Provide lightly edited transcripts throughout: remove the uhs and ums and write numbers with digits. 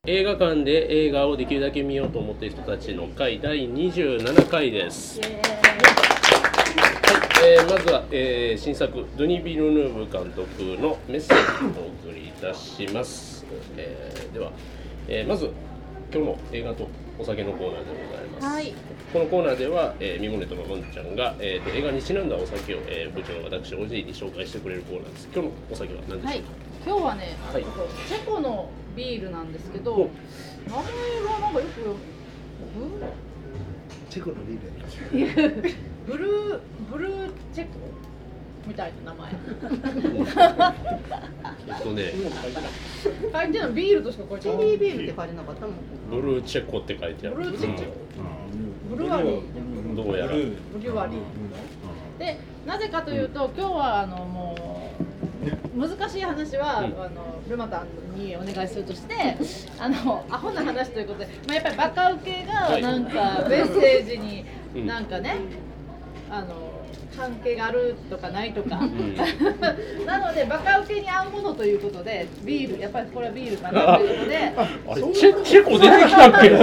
映画館で映画をできるだけ見ようと思っている人たちの会第27回です。はい、まずは、新作ドゥニ・ビルヌーブ監督のメッセージをお送りいたします。では、まず今日の映画とお酒のコーナーでございます。はい、このコーナーでは、ミモネとのんちゃんが、映画にちなんだお酒を、部長の私おじいに紹介してくれるコーナーです。今日のお酒は何でしょうか？はい、 今日はね、はい、チェコのビールなんですけど、名前はなんかよくチェコのビールブルーチェコみたいな名前書いてない、ビールとしか書いてない。チェリービールって書いてなかったもん。 ブルーチェコって書いてある。 ブルーチェコ、ブルワリー、 どうやらブルワリーで、なぜかというと、今日はもう難しい話は、ルマタンにお願いするとして、アホな話ということで、やっぱりバカウケがなんかメッセージになんかね、関係があるとかないとか、なのでバカウケに合うものということで、ビール、やっぱりこれはビールかなということで、 あれチェコ出てきたっけ？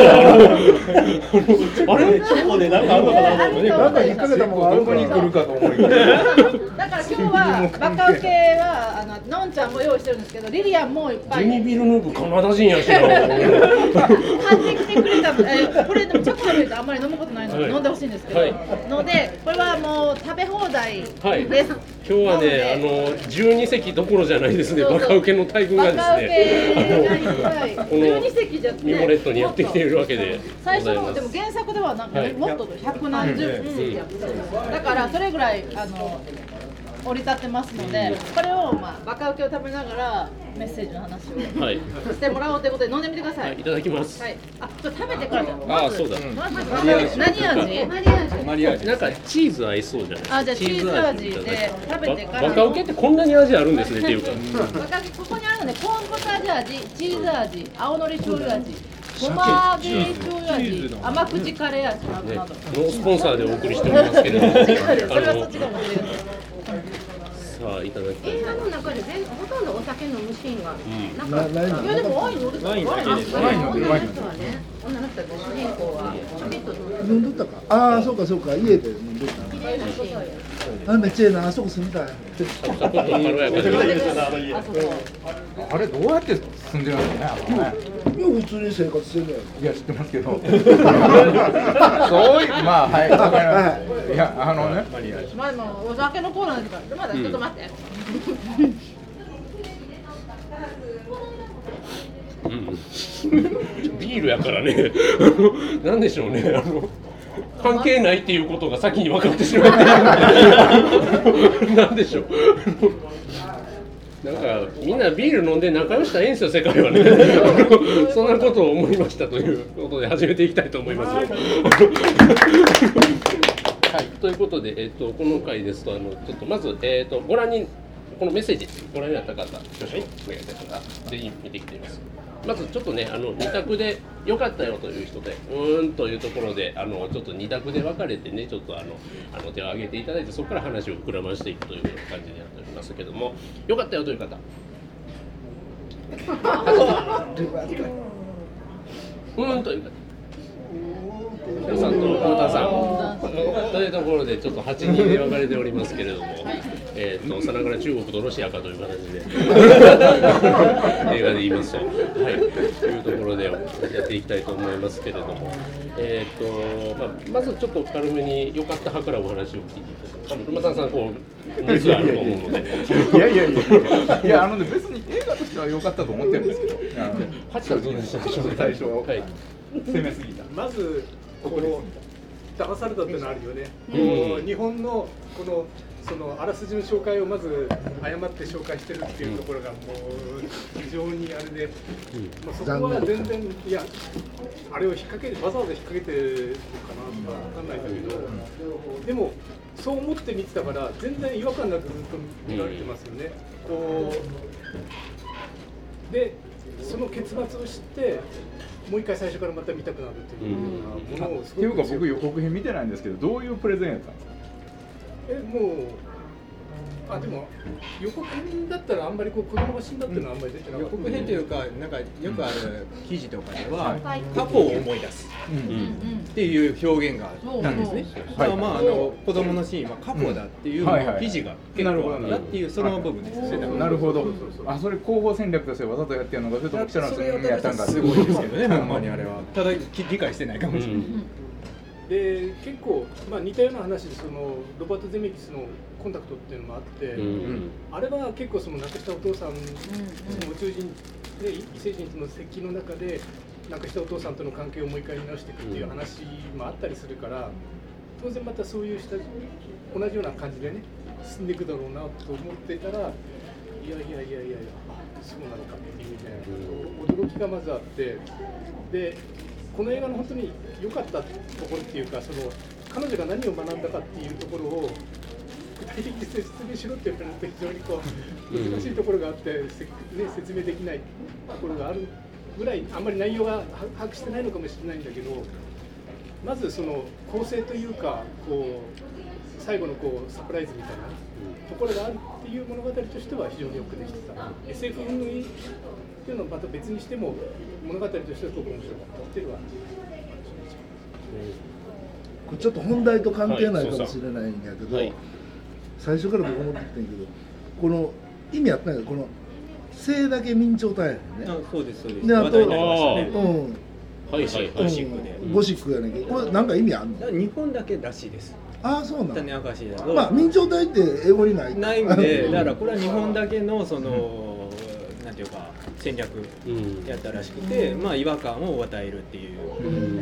あれチェコでなんかあるのかなと思って、 なんか引っ掛けたものがあるかに来るかと思います。 だから今日はバカウケはのんちゃんも用意してるんですけど、リリアンもいっぱい。 ドゥニ・ビルヌーブカナダ人やしな。 買ってきてくれた。これでもチョコレートあんまり飲むことないので飲んでほしいんですけど、のでこれはもう食べ放題です。 今日はね、12席どころじゃないですね。バカウケの大群がですね、このミモレットにやってきているわけで。 最初のでも原作ではなんかもっと百何十席やってる。だからそれぐらい降り立ってますので、これをバカウケを食べながらメッセージの話をしてもらおうということで飲んでみてください。 いただきます。 はい。ちょっと食べてからじゃん。 そうだ。 何味？ マリア味。なんかチーズ合いそうじゃないですか。 じゃあチーズ味で食べてから。 バカウケってこんなに味あるんですねっていうか。 バカウケここにあるのね、コーンポタージュ味、チーズ味、青のり醤油味、ごま揚げ醤油味、甘口カレー味などなど。 ノースポンサーでお送りしておりますけど。 それはそっちが持ってる。 さあいただきます。 映画の中でほとんどお酒飲むシーンがなかった。 いやでもワイン飲んでた。ワインだけです。 ワイン飲んでる。女の人はね、女の人は主人公はちょびっと飲んどったか。そうかそうか、家で飲んどった。 綺麗なシーン。めっちゃいいな、あそこ住みたい。 あれどうやって住んでるんですかね。 いや普通に生活してるんだよ。 いや知ってますけど。そういうはいわかります。いやでもお酒のコーナーですから。まだちょっと待って。 ビールやからね。なんでしょうね。関係ないっていうことが先に分かってしまってなんでしょう。なんかみんなビール飲んで仲良したらいいんですよ、世界はね。そんなことを思いましたということで始めていきたいと思います。はい、ということで、この回ですとちょっとまず、ご覧にこのメッセージご覧になった方、挙手お願いいたします。全員見てきています。まずちょっとね、2択で良かったよという人でというところでちょっと2択で分かれてね、ちょっと手を挙げていただいて、そこから話を膨らましていくという感じでやっておりますけども、良かったよという方という方、皆さんと太田さんというところでちょっと8人で分かれておりますけれども、さながら中国とロシアかという形で映画で言いますと、というところでやっていきたいと思いますけれども、まずちょっと軽めに良かった派からお話を聞いていただきます。馬さんこう熱があると思うので。 いや別に映画としては良かったと思ってるんですけど。 8はどうでしたでしょうか。 最初攻めすぎた。 まずこの騙されたってのあるよね。日本のそのあらすじの紹介をまず誤って紹介してるっていうところがもう非常にあれで、そこは全然あれをわざわざ引っ掛けてるかなとかわかんないんだけど、でもそう思って見てたから全然違和感なくずっと見られてますよね。でその結末を知ってもう一回最初からまた見たくなるっていうようなものをすごく。っていうか僕予告編見てないんですけど、どういうプレゼンやったんですか？ もうでも予告編だったらあんまりこう子供が死んだっていうのはあんまり出てなかった。 予告編というか、なんかよくある記事とかでは過去を思い出すっていう表現があったんですね。まあ子供のシーンは過去だっていう記事が結構あったっていうその部分です。 なるほど。あ、それ広報戦略としてわざとやってるのか、それとも記者のそれをやったんがすごいですけどね、ほんまにあれは。ただ理解してないかもしれない。 で結構、似たような話でロバート・ゼメキスのコンタクトっていうのもあって、あれは結構亡くしたお父さん、その宇宙人で異星人との接近の中で亡くしたお父さんとの関係をもう一回見直していくっていう話もあったりするから、当然またそういう同じような感じでね進んでいくだろうなと思ってたら、いやそうなのかっていうみたいな驚きがまずあって、でこの映画の本当に良かったところっていうか、彼女が何を学んだかっていうところを具体的に説明しろって言われると非常に難しいところがあって、説明できないところがあるぐらいあんまり内容が把握してないのかもしれないんだけど、まず構成というか最後のサプライズみたいなところがあるっていう物語としては非常によくできてた。SF 運営っていうのをまた別にしても物語としてはすごく面白かったっていうのは。 これちょっと本題と関係ないかもしれないんだけど、最初から僕思ってたんやけど、この意味あったんやけど、この生だけ明朝体やねんね。 そうですそうです。 であと話題になりましたね。 ゴシックやねんけど、これなんか意味あんの？ 日本だけらしいです。 ああ、そうなんだ。 種明かしだと。 明朝体って英語にない。 ないんで、だからこれは日本だけのなんていうか戦略やったらしくて、違和感を与えるっていう。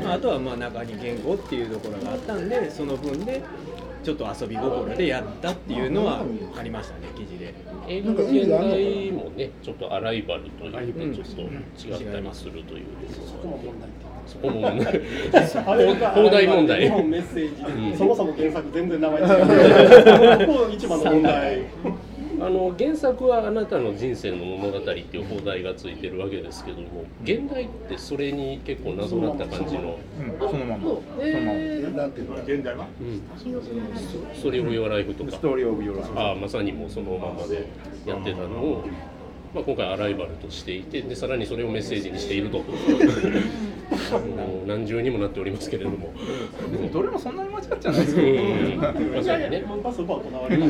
あとは中に言語っていうところがあったんで、その分でちょっと遊び心でやったっていうのはありましたね、記事で。 映画の現代もね、ちょっとアライバルというちょっと違ったりするという。そこも問題。放題問題。 日本メッセージ、そもそも原作全然名前違う。ここ一番の問題。 原作はあなたの人生の物語っていう放題がついてるわけですけども、現代ってそれに結構なぞなった感じの、 そのままなんていうの？ 現代は？ ストーリーオブヨーライフとか、 ストーリーオブヨーライフ。 まさにもうそのままでやってたのを、今回アライバルとしていて、でさらにそれをメッセージにしていると。何重にもなっておりますけれども、 どれもそんなに間違っちゃないですけど、 まさにね。 そこはこだわり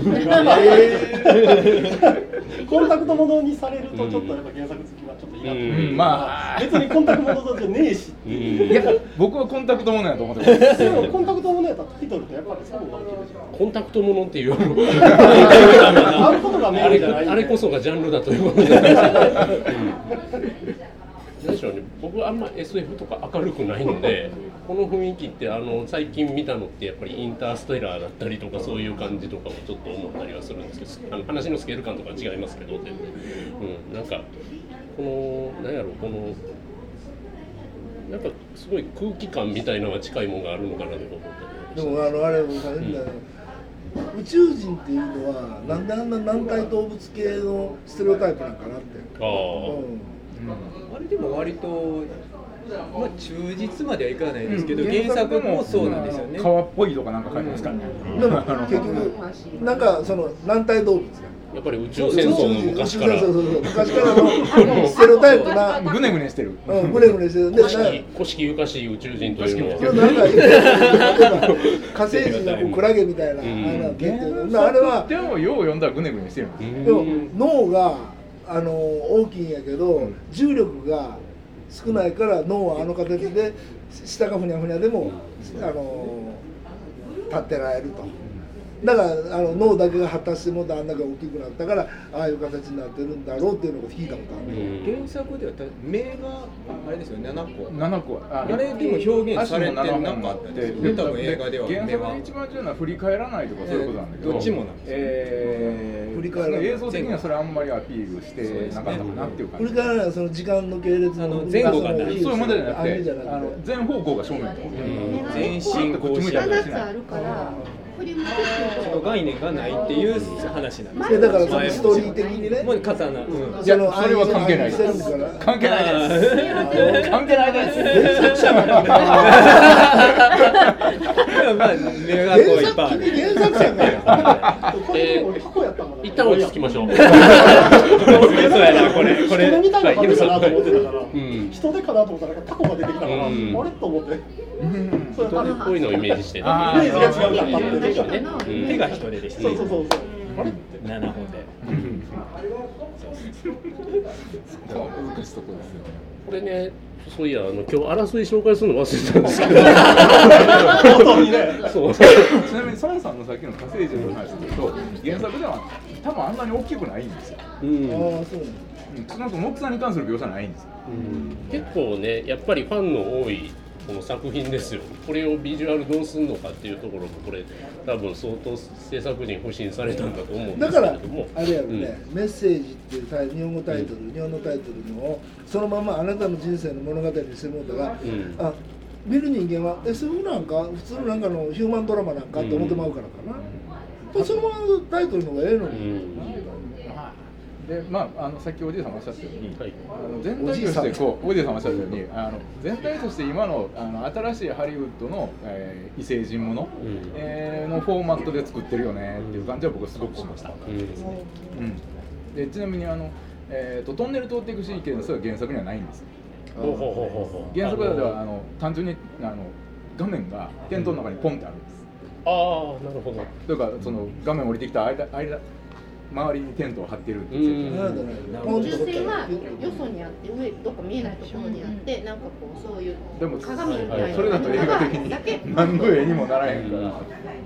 コンタクトものにされるとちょっとやっぱ原作好きはちょっといなと。別にコンタクトものじゃねえしっていう。 いや、僕はコンタクトものやと思ってます。 でもコンタクトものやったらタイトルってやっぱりそうが起きるじゃん。 コンタクトものっていうあることがメインじゃない。 あれこそがジャンルだということで。何でしょうね、僕はあんま SF とか明るくないので、この雰囲気って最近見たのってやっぱりインターステラーだったりとかそういう感じとかもちょっと思ったりはするんですけど、話のスケール感とかは違いますけど、全然、なんかなんかすごい空気感みたいなのが近いものがあるのかなと思ったり。 でもあれも大変だね。宇宙人っていうのはなんであんな軟体動物系のステレオタイプなんかなって。 あれでも割と忠実まではいかないですけど、原作もそうなんですよね。 川っぽいとかなんか書いてますからね。 でも結局なんか軟体動物やっぱり宇宙戦争の昔から昔からのステレオタイプなグネグネしてる。 グネグネしてる。 古式ゆかしい宇宙人というのはなんか火星人がクラゲみたいなあれはでもよう読んだらグネグネしてるんです。 でも脳が大きいんやけど重力が少ないから脳はあの形で下がふにゃふにゃでも立ってられると。だから脳だけが発達してもだんだけ大きくなったからああいう形になってるんだろうっていうのを聞いたことある。 原作では目があれですよ、7個あれでも表現されてなかったんですよね。多分映画では原作で一番重要なのは振り返らないとかそういうことなんだけど、 どっちもなんです振り返らない映像的にはそれあんまりアピールしてなかったかなっていう感じ。 振り返らないその時間の系列の前後がないそういう問題じゃなくて全方向が正面と全進行 7つあるから雰振り向くっていうその概念がないっていう話なんですよ。 だからそのストーリー的にね、 もう刀、 いやそれは関係ないです。関係ないです。関係ないです。 原作者がまあ目がこういっぱいある。 原作者が一旦落ち着きましょう。 そうやな、これ人で見たいのかなと思ってたから、人でかなと思ったらタコが出てきたから、あれと思って。 人手っぽいのをイメージしてイメージが違うかったってね。手が人手でした。 そう。あれ 7本で。 難しいとこですよね。 これね、そういや今日争い紹介するの忘れたんですけど。 本当にね。 そう。 ちなみにソンさんのさっきの火星人の話すると原作では多分あんなに大きくないんですよ。 ああそうなんか大きさに関する描写ないんですよ。 結構ね、やっぱりファンの多いこの作品ですよ。これをビジュアルどうするのかっていうところもこれ多分相当制作陣不信されたんだと思うんですけれども、 だからあれやろね、メッセージっていう日本語タイトル、日本のタイトルのをそのままあなたの人生の物語にしてもらったら、あ、見る人間はSF なんか普通のなんかのヒューマンドラマなんかって思ってまうからかな。そのままタイトルの方がええのに。 でさっきおじいさんおっしゃったように、全体としてこうおじいさんおっしゃったように全体として今の新しいハリウッドの、異星人もの、のフォーマットで作ってるよねっていう感じは僕はすごくしました。でちなみにトンネル通っていくシーケンスは原作にはないんです。原作では単純に画面がテントの中にポンってあるんです。 ああ、なるほど。 というかその画面降りてきた間周りにテントを張ってるっていう。 宇宙船はよそにあって上どっか見えないところにあってなんかこうそういう鏡みたいなそれだと映画的に何の絵にもならへんから。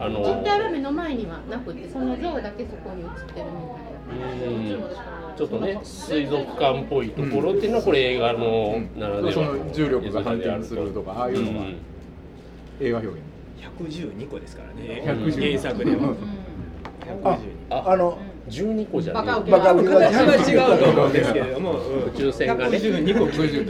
実体は目の前にはなくてその像だけそこに映ってるみたいな。 ちょっとね水族館っぽいところっていうのはこれ映画のならではその重力が反転するとかああいうのは映画表現。 112個ですからね。 原作では。 12個じゃねえ。 バカウケ形は違うと思うんですけれども、 宇宙船がね。 112個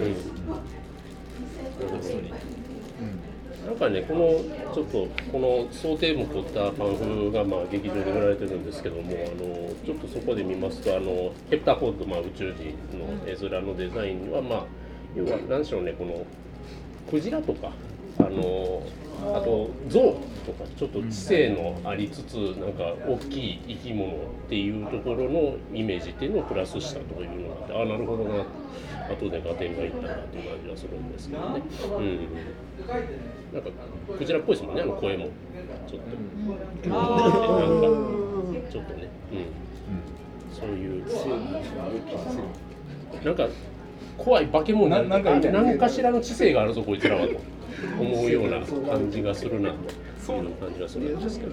なんかね、ちょっとこの想定も取ったパンフが劇場で売られてるんですけども、ちょっとそこで見ますとヘプターホッド、宇宙人の絵面のデザインは要は何でしょうね、このクジラとかあと象とかちょっと知性のありつつなんか大きい生き物っていうところのイメージっていうのをプラスしたというのがあって、なるほどな、後で合点がいったなっていう感じはするんですけどね。なんかクジラっぽいですもんね、声もちょっと、なんかちょっとね、そういうなんか怖い化け物なんかしらの知性があるぞこいつらはと思うような感じがするなという感じがするんですけど、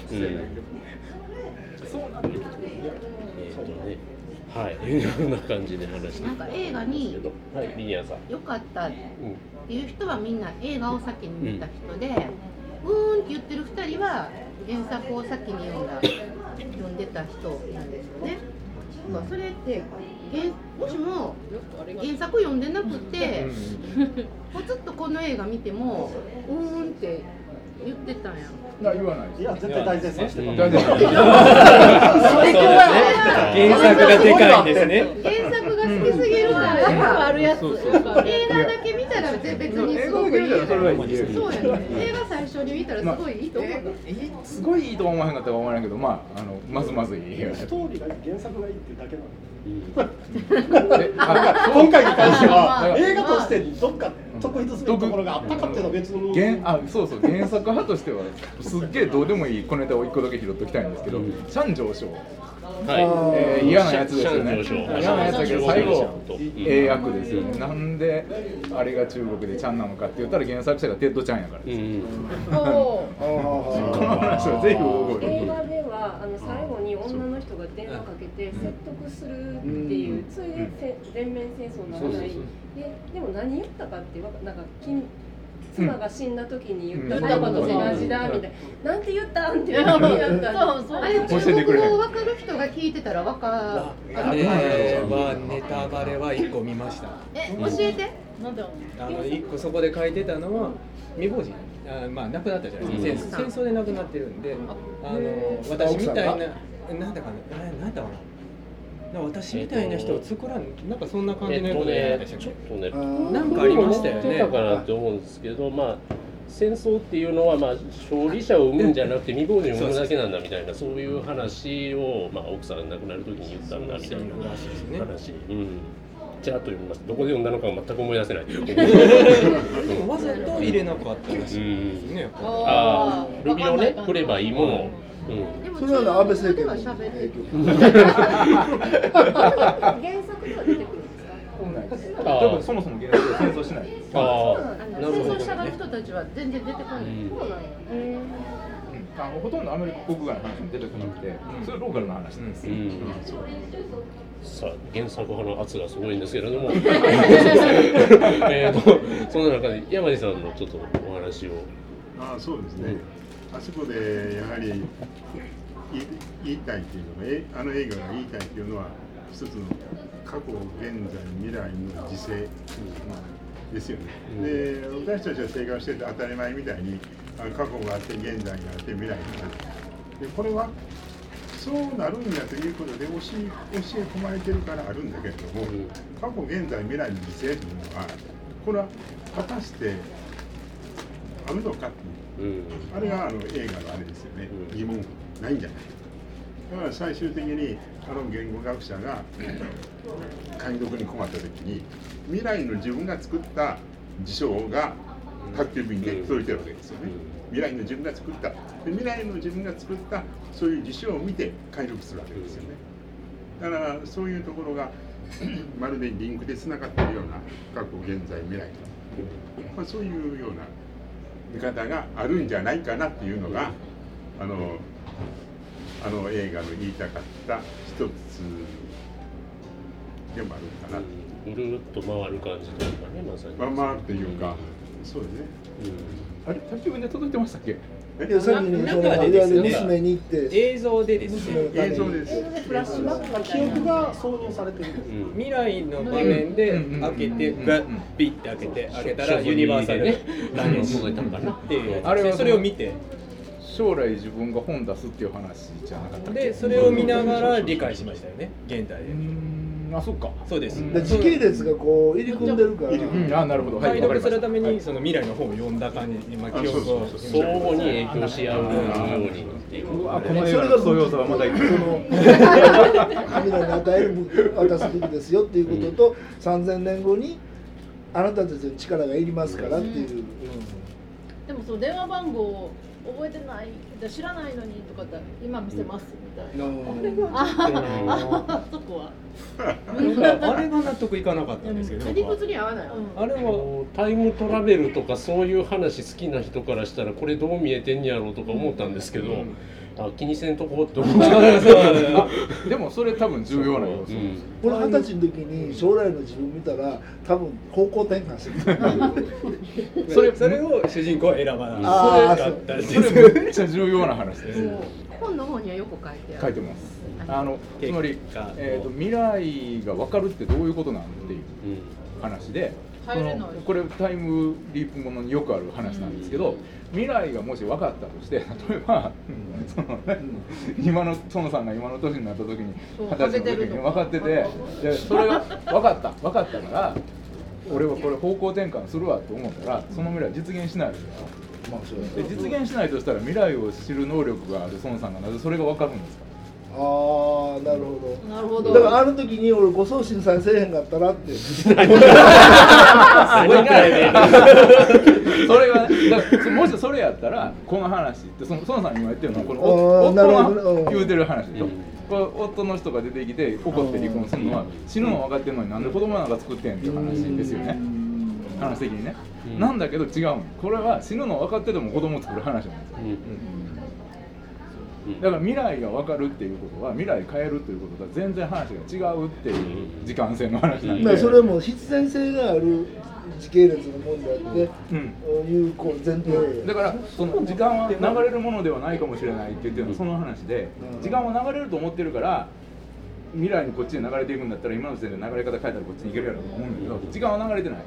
はい、こんな感じで話してなんか映画に良かったっていう人はみんな映画を先に見た人で、って言ってる2人は原作を先に読んでた人なんですよね。それってもしも原作読んでなくてずっとこの映画見てもって言ってたんや。 言わないです。 いや絶対大絶賛してた。 原作がでかいんですね。 原作が好きすぎるからあるやつ。映画だけ見たら別にすごくいい。そうやね。映画最初に見たらすごいいいと思う。 すごいいいと思わへんかったか思わないけど、まずいい。 ストーリーが原作がいいっていうだけなの。今回に関しては映画としてどっか得意とするところがあったかっていうのは別にそう原作派としてはすっげえどうでもいい小ネタを1個だけ拾っときたいんですけど、シャン上昇嫌なやつですよね。嫌なやつだけど最後英訳ですよね。なんであれが中国でちゃんなのかって言ったら原作者がテッドちゃんやからです。この話はぜひ大声で。 映画では最後に女の人が電話かけて説得するっていう、それで全面戦争にならない。でも何言ったかってなんか妻が死んだ時に言った言葉と同じだみたいな、なんて言ったんって言ったんあれ中国語分かる人が聞いてたら分かる。 ネタバレは1個見ました。 教えて。 1個そこで書いてたのは未亡人まあ亡くなったじゃないですか、戦争で亡くなってるんで、私みたいななんだかな、私みたいな人を作らん、なんかそんな感じのことでちょっとね、 なんかありましたよね。 言ってたかなって思うんですけど、まあ戦争っていうのはまあ勝利者を生むんじゃなくて未亡人を生むだけなんだみたいな、そういう話をまあ奥さんが亡くなる時に言ったんだみたいな話。ちらっと読みます。どこで読んだのかは全く思い出せない。 わざと入れなかったらしいですね。 ルビをね、振ればいいものを。 それは安倍政権の影響。原作では出てくるんですか？ 多分そもそも原作で戦争しない。 戦争した人たちは全然出てこない。そうなんや。 ほとんどアメリカ国外の話も出てこなくて、それはローカルの話なんです。 さあ原作派の圧がすごいんですけれども、その中で山地さんのちょっとお話を。 そうですね。あそこでやはり言いたいというのが、あの映画が言いたいというのは一つの過去、現在、未来の時勢ですよね。で、私たちは生活してて当たり前みたいに過去があって現在があって未来があって、でこれはそうなるんやということで教え込まれてるからあるんだけれども、過去、現在、未来の時勢というのはこれは果たしてあるのかっていう、あれが映画のあれですよね、疑問ないんじゃないだから最終的に言語学者が解読に困った時に未来の自分が作った事象が各局に届いてるわけですよね。未来の自分が作った未来の自分が作ったそういう事象を見て解読するわけですよね。だからそういうところがまるでリンクでつながっているような過去、現在、未来と、そういうような見方があるんじゃないかなっていうのがあの映画の言いたかった一つでもあるかな。 ぐるっと回る感じというかね、まさに。 回るっていうか、そうですね。 あれ、宅急便で届いてましたっけ？ いや、さっきにその娘に行って映像でですね。 映像です。 フラッシュバック記憶が挿入されてる。 未来の場面で開けてガッビッて開けたらユニバーサルで何を届いたのかなっていう。あれはそれを見て。 将来自分が本出すっていう話じゃなかったっけ？ でそれを見ながら理解しましたよね、現代で。 そっか。 そうです。 時系列がこう入り組んでるから。 なるほど。 解読するためにその未来の本を読んだ感じに記憶を相互に影響し合うようにっていう。 この映画のそう要素はまだ未来に与える渡すべきですよっていうことと、3000年後にあなたたちの力がいりますからっていう。 でもその電話番号を覚えてない、知らないのにとかって今見せますみたいな。そこは。 あれが納得いかなかったんですけど。 理屈に合わない。 あれはタイムトラベルとかそういう話好きな人からしたらこれどう見えてんやろうとか思ったんですけど、気にせんとこって思った。 でもそれ多分重要な要素。 これ20歳の時に将来の自分見たら多分方向転換する。 それを主人公は選ばない。 それめっちゃ重要な話です。 本の方にはよく書いてある。 書いてます。つまり未来が分かるってどういうことなんっていう話で、これタイムリープものによくある話なんですけど、未来がもし分かったとして、例えば今の園さんが今の年になった時に20歳の時に分かってて、それが分かったから俺はこれ方向転換するわって思ったら、その未来実現しないわけですよ。で実現しないとしたら未来を知る能力がある園さんがなぜそれが分かるんですか？ なるほど。だからあの時に俺誤送信さえせえへんかったらって。それがもしそれやったらこの話って園さん今言ってるのはこの夫が言うてる話でしょ。これ夫の人が出てきて怒って離婚するのは死ぬの分かってるのになんで子供なんか作ってんっていう話ですよね。話的にね。なんだけど違う。これは死ぬの分かってても子供を作る話なんですよ。だから未来が分かるっていうことは未来変えるっていうこととは全然話が違うっていう時間性の話なんで、 それも必然性がある時系列のもんであって、有効前提だからその時間は流れるものではないかもしれないって言ってるのはその話で、時間は流れると思ってるから未来にこっちで流れていくんだったら今の時点で流れ方変えたらこっちに行けるやろと思うんだけど、時間は流れてない。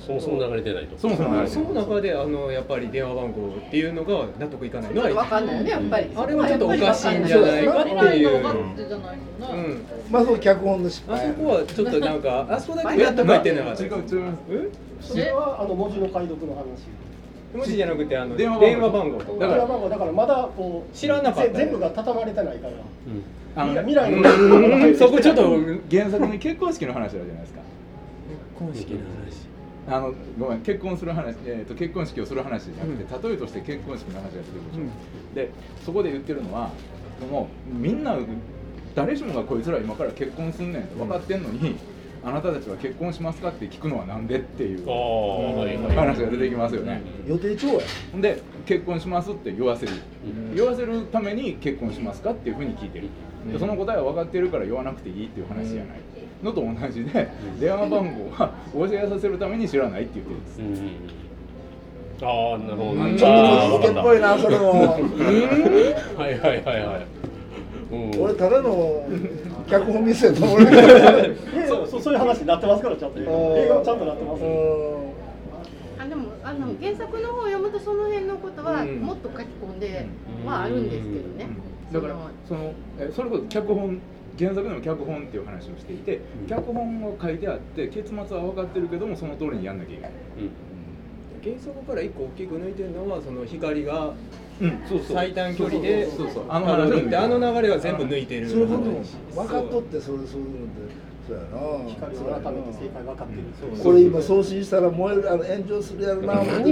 そもそも流れてないと。 そもそも流れてない。 その中でやっぱり電話番号っていうのが納得いかないのは分かんないよねやっぱり。 あれはちょっとおかしいんじゃないかっていう。 まあそう脚本の失敗。 あそこはちょっとなんかあそこだけやったか言ってんのが違う。 それは文字の解読の話。 文字じゃなくて電話番号とか。 だからまだこう知らなかった。 全部が畳まれてないから。未来のそこちょっと原作に結婚式の話あるじゃないですか。 結婚式の話。ごめん結婚する話結婚式をする話じゃなくて、例えとして結婚式の話が出てくるでしょ。でそこで言ってるのはもうみんな誰しもがこいつら今から結婚すんねんと分かってんのに。あなたたちは結婚しますかって聞くのはなんでっていう話が出てきますよね。 予定調や。 で結婚しますって言わせるために結婚しますかっていうふうに聞いてる。その答えは分かってるから言わなくていいっていう話じゃないのと同じで、電話番号は教えさせるために知らないって言ってるんです。 ああなるほど。 ちょっと文字っぽいなそれも。 はいはいはいはい。 俺ただの脚本見せと思う。 そういう話になってますからちゃんと映画はちゃんとなってます。 でも原作の方を読むとその辺のことはもっと書き込んではあるんですけどね。 だからそれこそ原作でも脚本っていう話をしていて、脚本を書いてあって結末は分かってるけどもその通りにやんなきゃいけない。 原作から一個大きく抜いてるのはその光が最短距離であの流れは全部抜いてる。 それほど分かっとってそういうのってそうやな。 光を改めて正解分かってる。 これ今送信したら燃える炎上するやろな。 原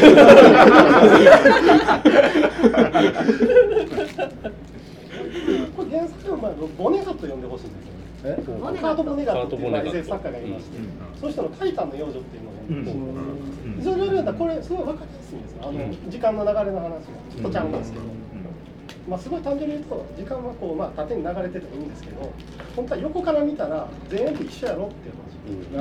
作はボネガット読んでほしいんですよ。カート・ボネガットっていう作家がいまして、その人のタイタンの幼女っていうのを読んで、非常に読んだらこれすごい分かりやすいんですよ。時間の流れの話がちょっとちゃうんですけど、すごい単純に言うと時間はこう縦に流れててもいいんですけど、本当は横から見たら全部一緒やろっていう話。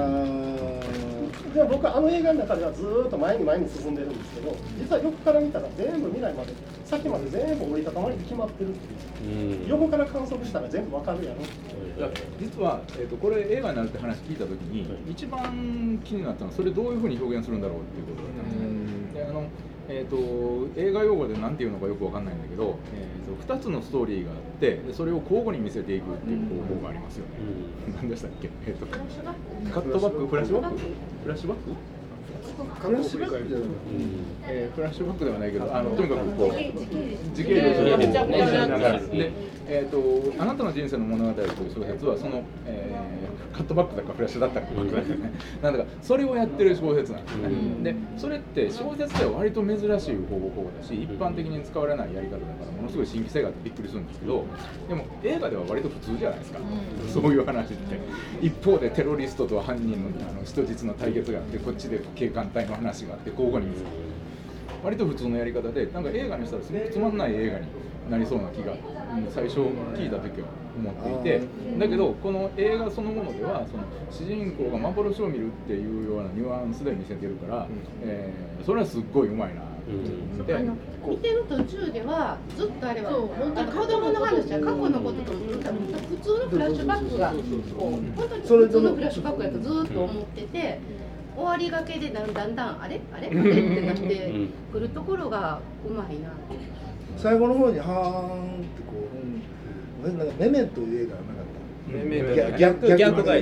でも僕は映画の中ではずーっと前に進んでるんですけど、実は横から見たら全部未来まで先まで全部折りたたまりで決まってるっていう。横から観測したら全部わかるやろ。 実はこれ映画になるって話聞いたときに一番気になったのはそれどういうふうに表現するんだろうっていうことだったんですね。映画用語で何ていうのかよくわかんないんだけど、2つのストーリーがあってそれを交互に見せていくっていう方法がありますよね。何でしたっけ？カットバック、フラッシュバック？フラッシュバック？ フラッシュバックじゃない。 フラッシュバックではないけど、とにかくこう時系列をしながらで、あなたの人生の物語という小説はその、カットバックだかフラッシュだったかなんだかそれをやってる小説なんですね。で、それって小説では割と珍しい方法だし、一般的に使われないやり方だからものすごい新規性があってびっくりするんですけど、でも映画では割と普通じゃないですか。そういう話って。一方でテロリストと犯人の人質の対決があって、こっちで警官隊の話があって交互に見せる。割と普通のやり方で、なんか映画にしたらすごくつまんない映画になりそうな気が最初聞いた時は思っていて、だけどこの映画そのものではその主人公が幻を見るっていうようなニュアンスで見せてるから、それはすっごいうまいな。 見てる途中ではずっとあれは子供の話は過去のことと普通のフラッシュバックが本当に普通のフラッシュバックやとずっと思ってて。終わりがけでだんだんあれってなってくるところがうまいな。 最後の方にはーんってこう、なんかメメントいう映画がなかった。逆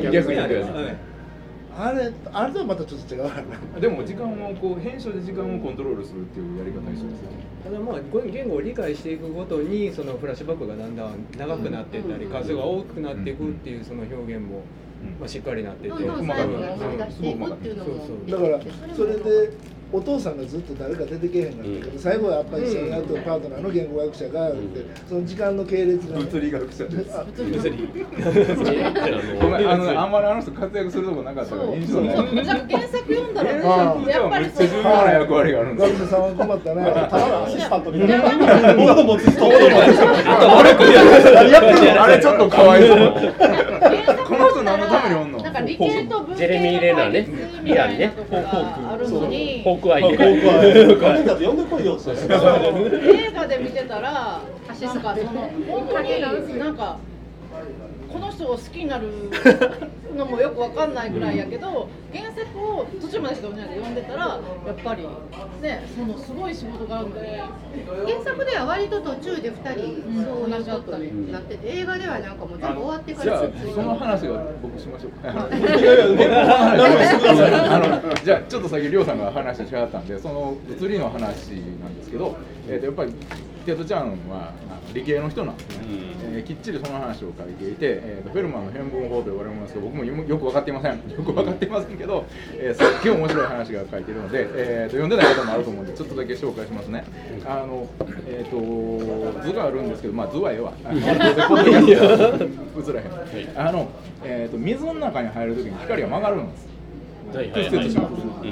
あれとはまたちょっと違うからな。 でも時間を編集で時間をコントロールするっていうやり方一緒ですよね。 ただ言語を理解していくごとにそのフラッシュバックがだんだん長くなっていったり数が大きくなっていくっていうその表現もしっかりなってて、 だからそれでお父さんがずっと誰か出てけへんかったけど、最後はやっぱり一緒にやってるパートナーの言語学者がその時間の系列が物理学者です。 物理ごめん、あんまりあの人活躍するとこなかったから印象ない。 原作読んだらやっぱり重要な役割があるんですよ。 学者さんは困ったね。 ただのアシスタントみたいな。ボード持つ人。 あれちょっとかわいそう。この人何のためにおんの？ なんか理系と文系ジェレミー・レナーね、イランね、 あるのに。 フォークアイね。 呼んでこいよ。 映画で見てたらアシスタントの本当になんかここの人を好きになるのもよくわかんないぐらいやけど、原作を途中までしか読んでたらやっぱりね、そのすごい仕事があるので、 原作では割と途中で2人そうなっちゃったりなってて、映画ではなんかもう全部終わってからじゃあその話が僕しましょうか。じゃあちょっと先りょうさんが話しはったんで、その移りの話なんですけど、やっぱりテトちゃんは理系の人なんですね、きっちりその話を書いていて、フェルマーの変分法と言われますけど、僕もよく分かっていませんけど、すっげえ面白い話が書いているので、読んでない方もあると思うんでちょっとだけ紹介しますね。図があるんですけど、まあ図はええわ映らへん。水の中に入るときに光が曲がるんです。屈折します。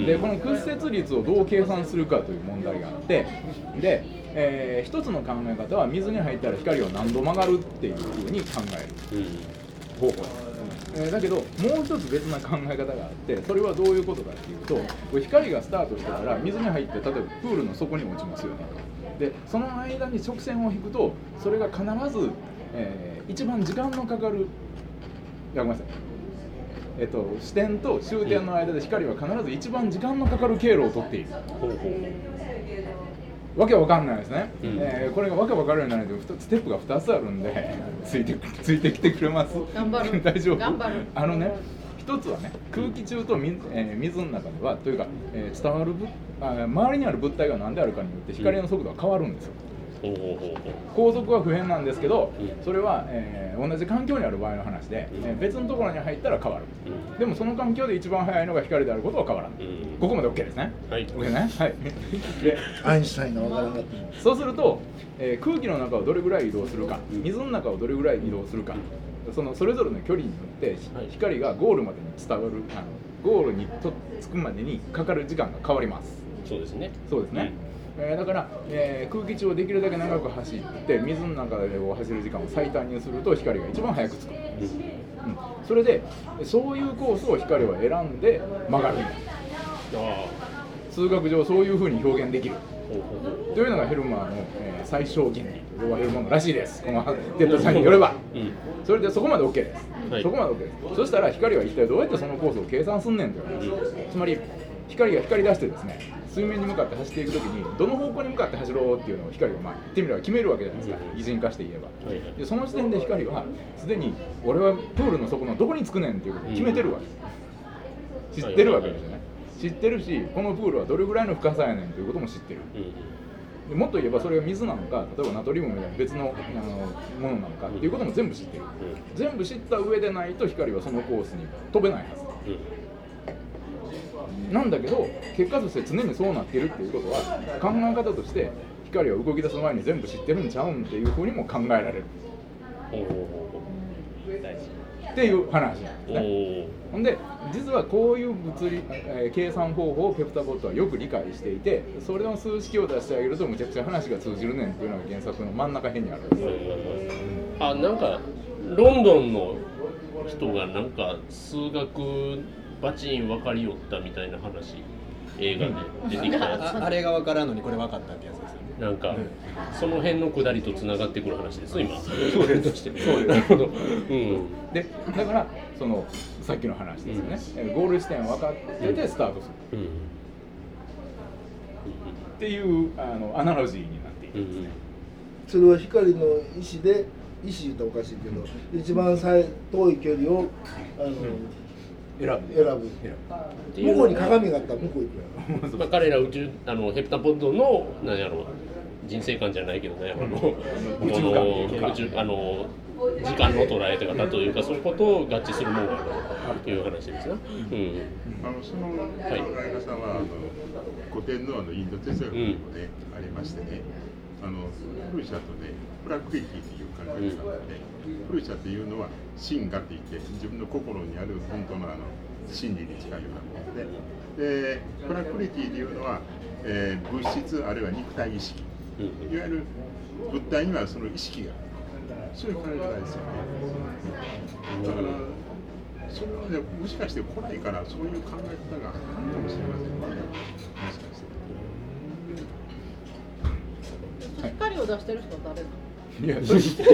でこの屈折率をどう計算するかという問題があって、で、一つの考え方は水に入ったら光は何度曲がるっていうふうに考える方法です。だけどもう一つ別な考え方があって、それはどういうことかっていうと、光がスタートしてから水に入って、例えばプールの底に落ちますよね。でその間に直線を引くと、それが必ず、一番時間のかかる、ごめんなさい、支点と終点の間で光は必ず一番時間のかかる経路を取っている。わけわかんないですね、これがわけわかるようになるとステップが2つあるんでついてきてくれます？ 頑張る大丈夫？ 頑張る。 一つはね、空気中と水の中ではというか、伝わる周りにある物体が何であるかによって光の速度が変わるんですよ。光速は不変なんですけど、それは、同じ環境にある場合の話で、別のところに入ったら変わる、でもその環境で一番速いのが光であることは変わらない、ここまで OK ですね。はい、OK ね。はい。で、 アインシュタインの分からなかった。 そうすると、空気の中をどれぐらい移動するか、水の中をどれぐらい移動するか、それぞれの距離によって光がゴールまでに伝わる、ゴールに着くまでにかかる時間が変わります。 そうですね。 そうですね。だから、空気中をできるだけ長く走って水の中で走る時間を最短にすると光が一番速く着く、それでそういうコースを光は選んで曲がる。数学上そういうふうに表現できるというのがヘルマーの、最小原理と呼ばれるものらしいです。このテッドさんによれば、それでそこまで OK です、そこまで OK です。そしたら光は一体どうやってそのコースを計算すんねんという話。つまり光が光り出してですね、水面に向かって走っていくときにどの方向に向かって走ろうっていうのを光が言ってみれば決めるわけじゃないですか、擬人化して言えば。でその時点で光はすでに俺はプールの底のどこに着くねんっていうことを決めてるわけです。知ってるわけですよね。知ってるし、このプールはどれぐらいの深さやねんということも知ってる。でもっと言えばそれが水なのか、例えばナトリウムみたいな別のものなのかっていうことも全部知ってる。全部知った上でないと光はそのコースに飛べないはず。なんだけど結果として常にそうなっているっていうことは、考え方として光は動き出す前に全部知ってるんちゃうんっていうふうにも考えられるっていう話なんですね。ほんで実はこういう物理、計算方法をペプターボットはよく理解していて、それの数式を出してあげるとむちゃくちゃ話が通じるねんっていうのが原作の真ん中辺にあるんです。 なんかロンドンの人がなんか数学バチン分かりよったみたいな話、映画で出てきたやつ。 あれが分からんのにこれ分かったってやつですよね。 なんか、その辺のくだりとつながってくる話です今。 そうです。なるほど。でだからそのさっきの話ですよね、ゴール地点を分かっててスタートする、っていうアナロジーになっているんですね。 それは光の意思で、意思言ったらおかしいけど、一番遠い距離を選ぶ。向こうに鏡があったら向こう行くやろ。 彼ら宇宙ヘプタポッドの何やろう、人生観じゃないけどね、宇宙時間の捉え方というか、そういうことを合致するものがあるという話ですね。 その考え方は古典のインド哲学にもね、ありましてね、フルシャとね、プラクリティという考え方があって、フルシャというのは真我といって自分の心にある本当の真理に近いようなもので、プラクリティというのは、物質あるいは肉体意識、いわゆる物体にはその意識が、そういう考え方ですよね。だからそれはね、もしかして古来からそういう考え方があるかもしれませんね。もしかして。 光を出してる人は誰なの？ いや、 それ結構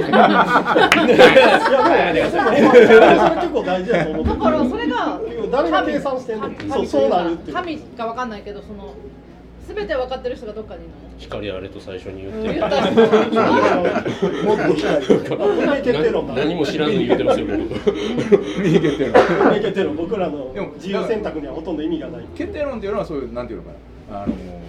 大事だと思う。 だからそれが誰が計算してんの？そうなるって。 神かわかんないけど、その全て分かってる人がどっかにいるの。 光あれと最初に言ってる。 もっと光。 何も知らずに言ってますよ。 僕らの自由選択にはほとんど意味がない。 決定論っていうのはそういうなんていうのかな。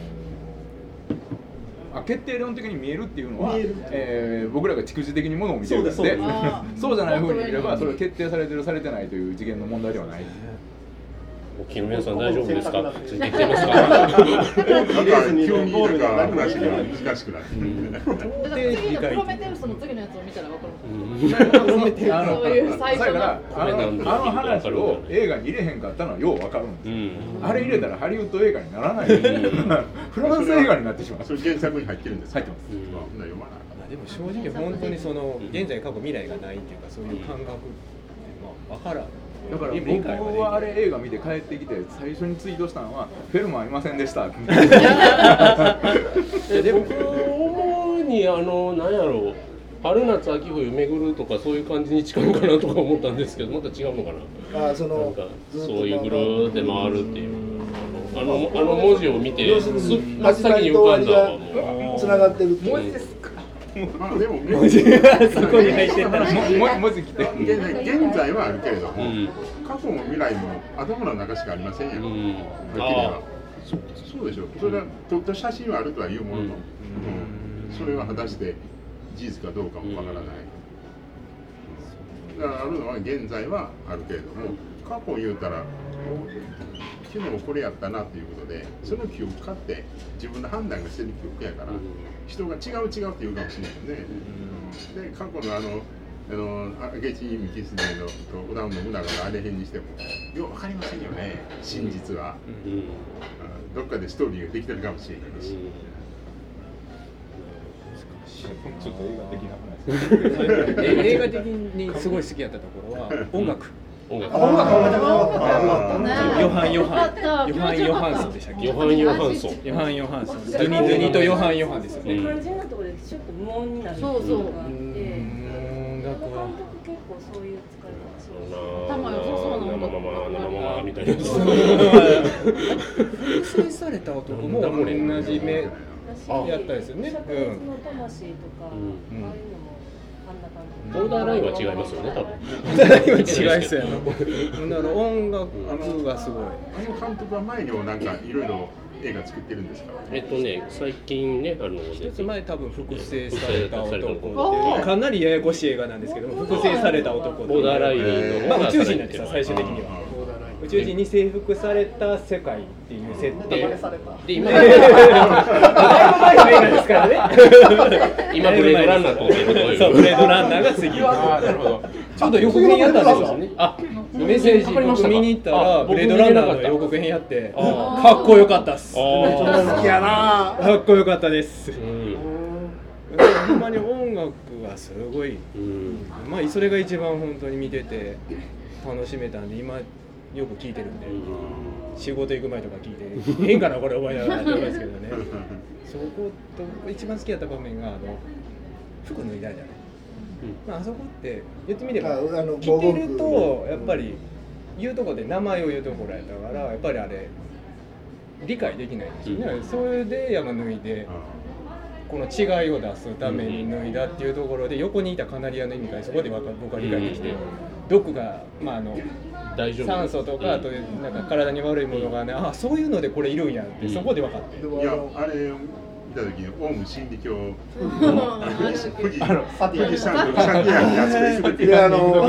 決定論的に見えるっていうのは、僕らが蓄字的にものを見てるんで、そうじゃない風に見ればそれは決定されてるされてないという次元の問題ではない。 お聞きの皆さん大丈夫ですか？ついてきてますか？ 急になんか話が難しくなって。 次のプロメテウスの次のやつを見たら分かる。 そういう最初のあの話を映画に入れへんかったのはよう分かるんです。あれ入れたらハリウッド映画にならない。フランス映画になってしまう。 それ原作に入ってるんです。 入ってます。 読まない。 でも正直本当にその現在過去未来がないっていうかそういう感覚って分からん。 だから僕はあれ映画見て帰ってきて最初にツイートしたのはフェルマンいませんでした。 僕思うに何やろう、春夏秋冬巡るとかそういう感じに近いのかなとか思ったんですけど、また違うのかな。なんかそういうぐるーって回るっていうあの文字を見て真っ先に浮かんだのはつながってるっていう。 でもそこに入ってたら文字来て現在はあるけれども、過去も未来も頭の中しかありませんやん。そうでしょ。それは撮った写真はあるとはいうものの、それは果たして事実かどうかもわからない。だからあるのは現在はあるけれども、過去言うたら昨日これやったなっていうことで、その記憶買って自分の判断がしてる記憶やから、人が違うって言うかもしれないよね。で過去の明智光秀のと織田信長のあれ辺にしてもよく分かりませんよね、真実は。どっかでストーリーができてるかもしれないし。 ちょっと映画的な話。映画的にすごい好きやったところは音楽。 ヨハン・ヨハンソンでしたっけ？ ヨハン・ヨハンソン。 ドゥニとヨハン・ヨハンですよね。 肝心なところでちょっと無音になるっていうのがあって、音楽は結構そういう使い方。 頭良さそうな音楽みたいな。 複製された男も同じ目やったですよね。 の魂とかああいうのも。 ボーダーラインは違いますよね、多分。 ボーダーラインは違いですよね。だから音楽がすごい。 監督は前にもなんかいろいろ映画作ってるんですか？ 最近ね、 一つ前多分複製された男ってかなりややこしい映画なんですけども、複製された男。 ボーダーラインの宇宙人なんですよ、最終的には。宇宙人に征服された世界っていう設定で今だいぶ前の映画ですからね。 今ブレードランナーとそうブレードランナーが次。なるほど。ちょうど予告編やったんですよね。メッセージ僕見に行ったらブレードランナーの予告編やってかっこよかったっす。 好きやな。 かっこよかったです。ほんまに音楽はすごい。まあそれが一番本当に見てて楽しめたんで今。よく聞いてるんで、仕事行く前とか聞いて変かなこれ覚えながらやってますけどね。そこと一番好きだった場面が服脱いだじゃない。まああそこって言ってみれば着てるとやっぱり言うとこで名前を言うところやったからやっぱりあれ理解できないんですよね。それで脱いでこの違いを出すために脱いだっていうところで横にいたカナリアの意味がそこで僕は理解できて、毒がまあ酸素とかあとなんか体に悪いものがね、あそういうのでこれいるんやってそこで分かって。 いやあれ見た時にオウム真理教富士山のサンディアに扱いするっていうカ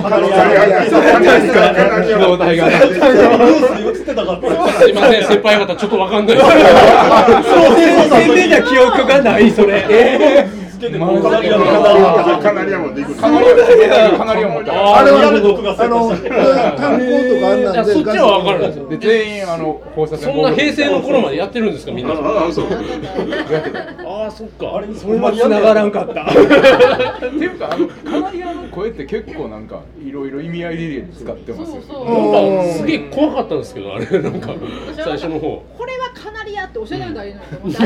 すいません先輩方ちょっと分かんない。 全然じゃ記憶がないそれ。 カナリアもできる。 カナリアも。 あれは炭鉱とかあんなんで。 そっちはわかるんですよ。 全員放射線。 そんな平成の頃までやってるんですかみんな。 ああそう。 ああそっか。 あれそれは繋がらんかった。 っていうかカナリアの声って結構なんかいろいろ意味合いで使ってますよ。 なんかすげえ怖かったんですけどあれなんか最初の方。 これはカナリアって教教えないたらいいのと思って。 こ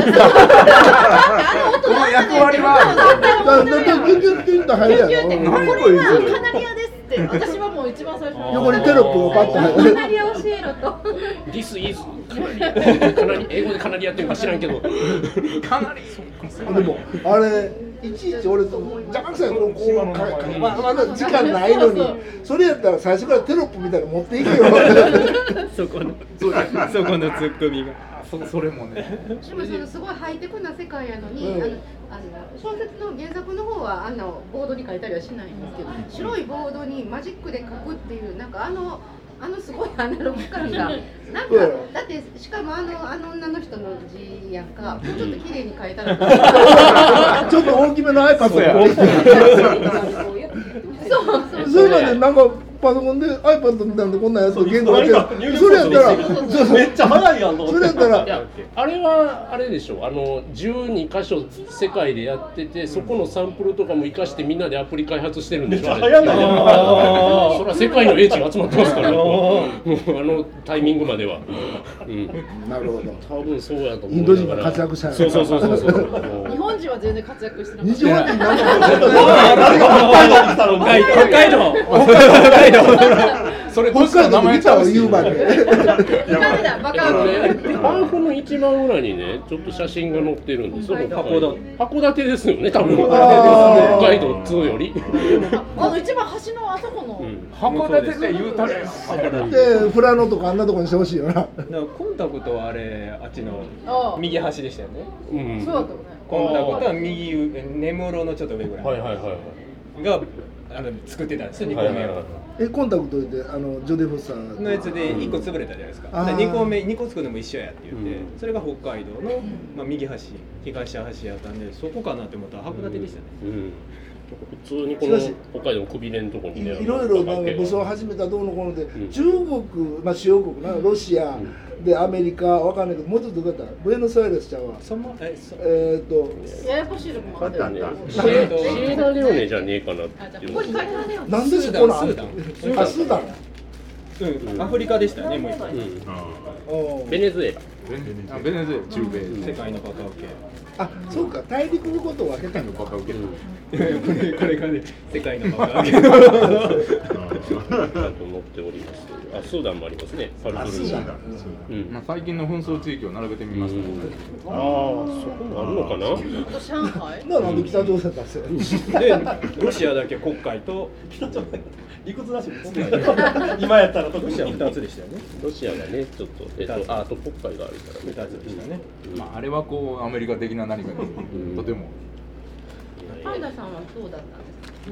の役割はキュキュッキュッと入るやろ。 これはカナリアですって。私はもう一番最初に。 横にテロップをパッと入る。 カナリア教えろと。 This is カナリア。英語でカナリアっていうか知らんけど。 かなり。 でもあれいちいち俺と邪魔くさいこうまだ時間ないのにそれやったら最初からテロップみたいなの持っていけよ。 そこのツッコミが。 それもね。 でもそのすごいハイテクな世界やのに、小説の原作の方はボードに書いたりはしないんですけど、白いボードにマジックで書くっていうなんかすごいアナログ感がなんかだってしかもあの女の人の字やんか、もうちょっと綺麗に書いたらちょっと大きめの iPad や。そうなんでなんかパソコンで iPad みたいなんでこんなやつ原稿やってる。それやったらめっちゃ早いやん。 それやったらいやあれはあれでしょ。12箇所世界でやってて、そこのサンプルとかも活かしてみんなでアプリ開発してるんでしょ。 早いな。 それは世界の英知が集まってますからタイミングまでは。 なるほど。 多分そうやと思う。 インド人が活躍したんや。 そう。 日本人は全然活躍してなかった。 日本人なん北海道。 それ北海道で来たわ言うばね。 バンフの一番裏にね、ちょっと写真が載ってるんですよ。函館ですよね、多分。北海道2より。 一番端のあそこの。 函館って言うたれ。 で、富良野とかあんなとこにしてほしいよな。 コンタクトはあれあっちの右端でしたよね。 そうだったよね。 コンタクトは右根室のちょっと上ぐらい。が作ってたんですよ、2個目は。 コンタクトでジョデフさんのやつで1個潰れたじゃないですか。2個作るのも一緒やって言って、それが北海道の右端、東端やったんで、そこかなって思ったら函館でしたね。 普通にこの北海道のくびれのところにね、 いろいろなんか武装を始めたどうのこうので、中国、主要国なロシアでアメリカわかんないけど、もうちょっとどうかったブエノスアイレスちゃうわ。 ややこしいのもあったよね。 シエラレオネじゃねえかなっていう。 なんでそこなん？スーダン。 アフリカでしたね、もう一回。 ベネズエラ。 ベネズエラ、中米。 世界のバカウケ。 あ、そうか、大陸のことを分けたのバカウケ。これがね、世界のバカウケ。と思っております。スーダンもありますね。 スーダン。 最近の紛争地域を並べてみました。 そこもあるのかな。 上海。 なんで北朝鮮だせ。 で、ロシアだけ黒海と北朝鮮。理屈なしですね。今やったらロシア2つでしたよね。 ロシアがね、ちょっとあと黒海があるから 2つでしたね。 あれはこうアメリカ的な何かにとても。 パンダさんはそうだったんですか。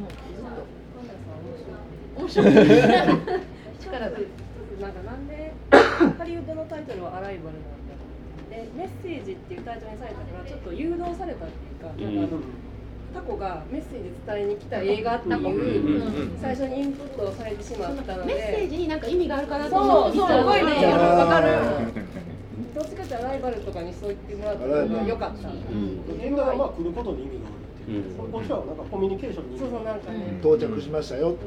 面白い。力がなんでハリウッドのタイトルはアライバルなんだ。でメッセージっていうタイトルにされたからちょっと誘導されたっていうか。タコがメッセージ伝えに来た映画っていう最初にインプットされてしまったので、 メッセージになんか意味があるかなと思って、 すごいね、わかる。 どっちかってライバルとかにそう言ってもらったらよかった。 映画が来ることに意味があるっていう。こっちはなんかコミュニケーションに。 そうなんかね。 到着しましたよ。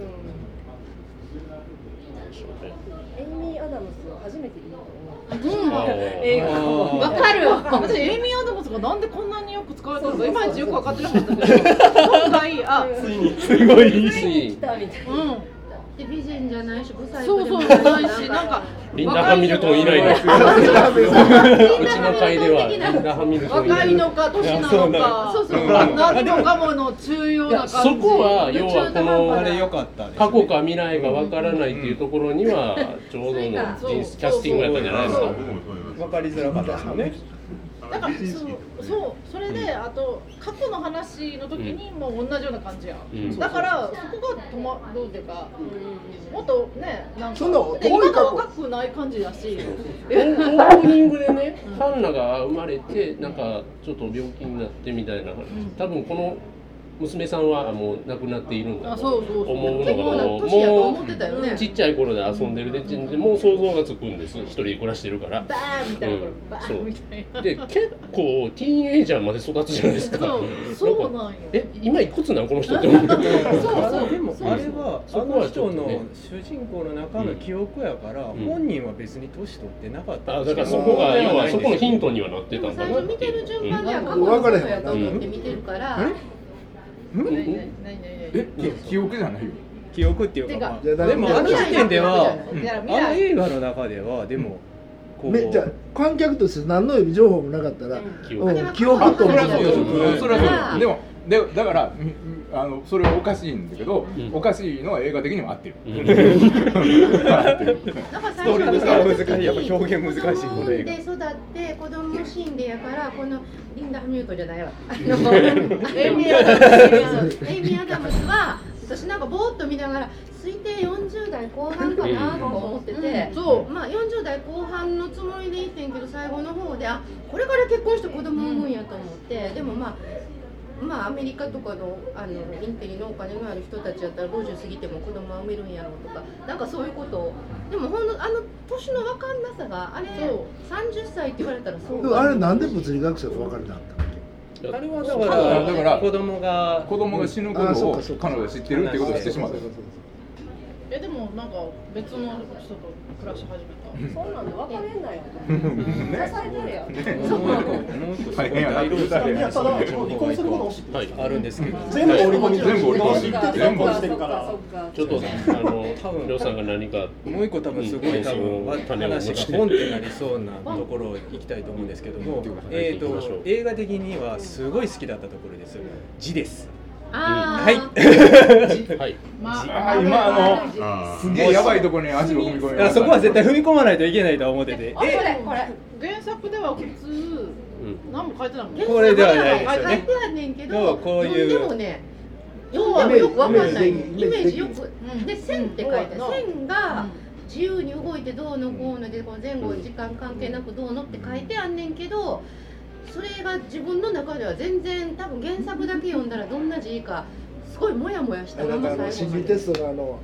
エイミー・アダムスを初めて見たと思う。 わかる。私エイミー・アダムスがなんでこんなによく使われたのかいまいちよく分かってなかったけど、今回ついにすごい来たみたいな。で美人じゃないしブサイクでもないし、 なんかリンダ・ハミルトン以来のうちの会ではリンダ・ハミルトン以来若いのか年なのか、何もかもの重要な感じ。 そこは要はこのあれ良かった過去か未来がわからないっていうところにはちょうどのキャスティングやったんじゃないですか。 分かりづらかったですよね。 だからそれであと過去の話の時にも同じような感じや。だからそこが戸惑うっていうか、もっとねなんか今の若くない感じだし。 オープニングでね、ハンナが生まれてなんかちょっと病気になってみたいな、多分この娘さんはもう亡くなっているんだと思うのがもうちっちゃい頃で遊んでるでもう想像がつくんです。一人暮らしてるから。 バーみたいなバーみたいな。 で結構ティーンエイジャーまで育つじゃないですか。 そうなんよ。 今いくつなんこの人って思う。 そうでもあれはあの人の主人公の中の記憶やから本人は別に年取ってなかった。 だからそこが要はそこのヒントにはなってたんだな。 最初見てる順番では過去のことやと思って見てるから。 記憶じゃないよ。 記憶っていうか、でもあの時点ではあの映画の中ではでもじゃあ観客として何の予備情報もなかったら記憶と思う。 それはそうでもだからそれはおかしいんだけど、おかしいのは映画的にも合ってる。 ストーリーとしては難しい、やっぱ表現難しいこの映画。 で育って子供のシーンでやからこのリンダ・ハミルトンじゃないわ。エイミー・アダムスは私なんかぼーっと見ながら推定40代後半かなとか思ってて、まあ40代後半のつもりでいってんけど最後の方でこれから結婚して子供を産むんやと思って、でもまあアメリカとかのインテリのお金のある人たちやったら50過ぎても子供は産めるんやろとかなんかそういうことをでもほんの年の分かんなさがあれ30歳って言われたらそうあれなんで物理学者と分かれなかったの？ あれはだから子供が死ぬことを彼女が知ってるっていうことをしてしまった。 でもなんか別の人と暮らし始めた。 そんなんで別れんなよ。支えてるよ。 大変やな。 いやただ離婚することを知ってる。 あるんですけど。 全部織り込みしてるから。 ちょっと多分りょうさんが何かもう一個多分すごい話がポンってなりそうなところを行きたいと思うんですけども、映画的にはすごい好きだったところです。字です。はい。 今すげえやばいところに足を踏み込みます。 そこは絶対踏み込まないといけないと思ってて。 これ原作では普通何も書いてないもん。 これではないですよね。 書いてあんねんけど、 こういうでもね、要はよくわかんない。イメージよくで線って書いて線が自由に動いてどうのこうのでこう前後時間関係なくどうのって書いてあんねんけど。それが自分の中では全然多分原作だけ読んだらどんな字かすごいモヤモヤしたまま最後まで心理テストの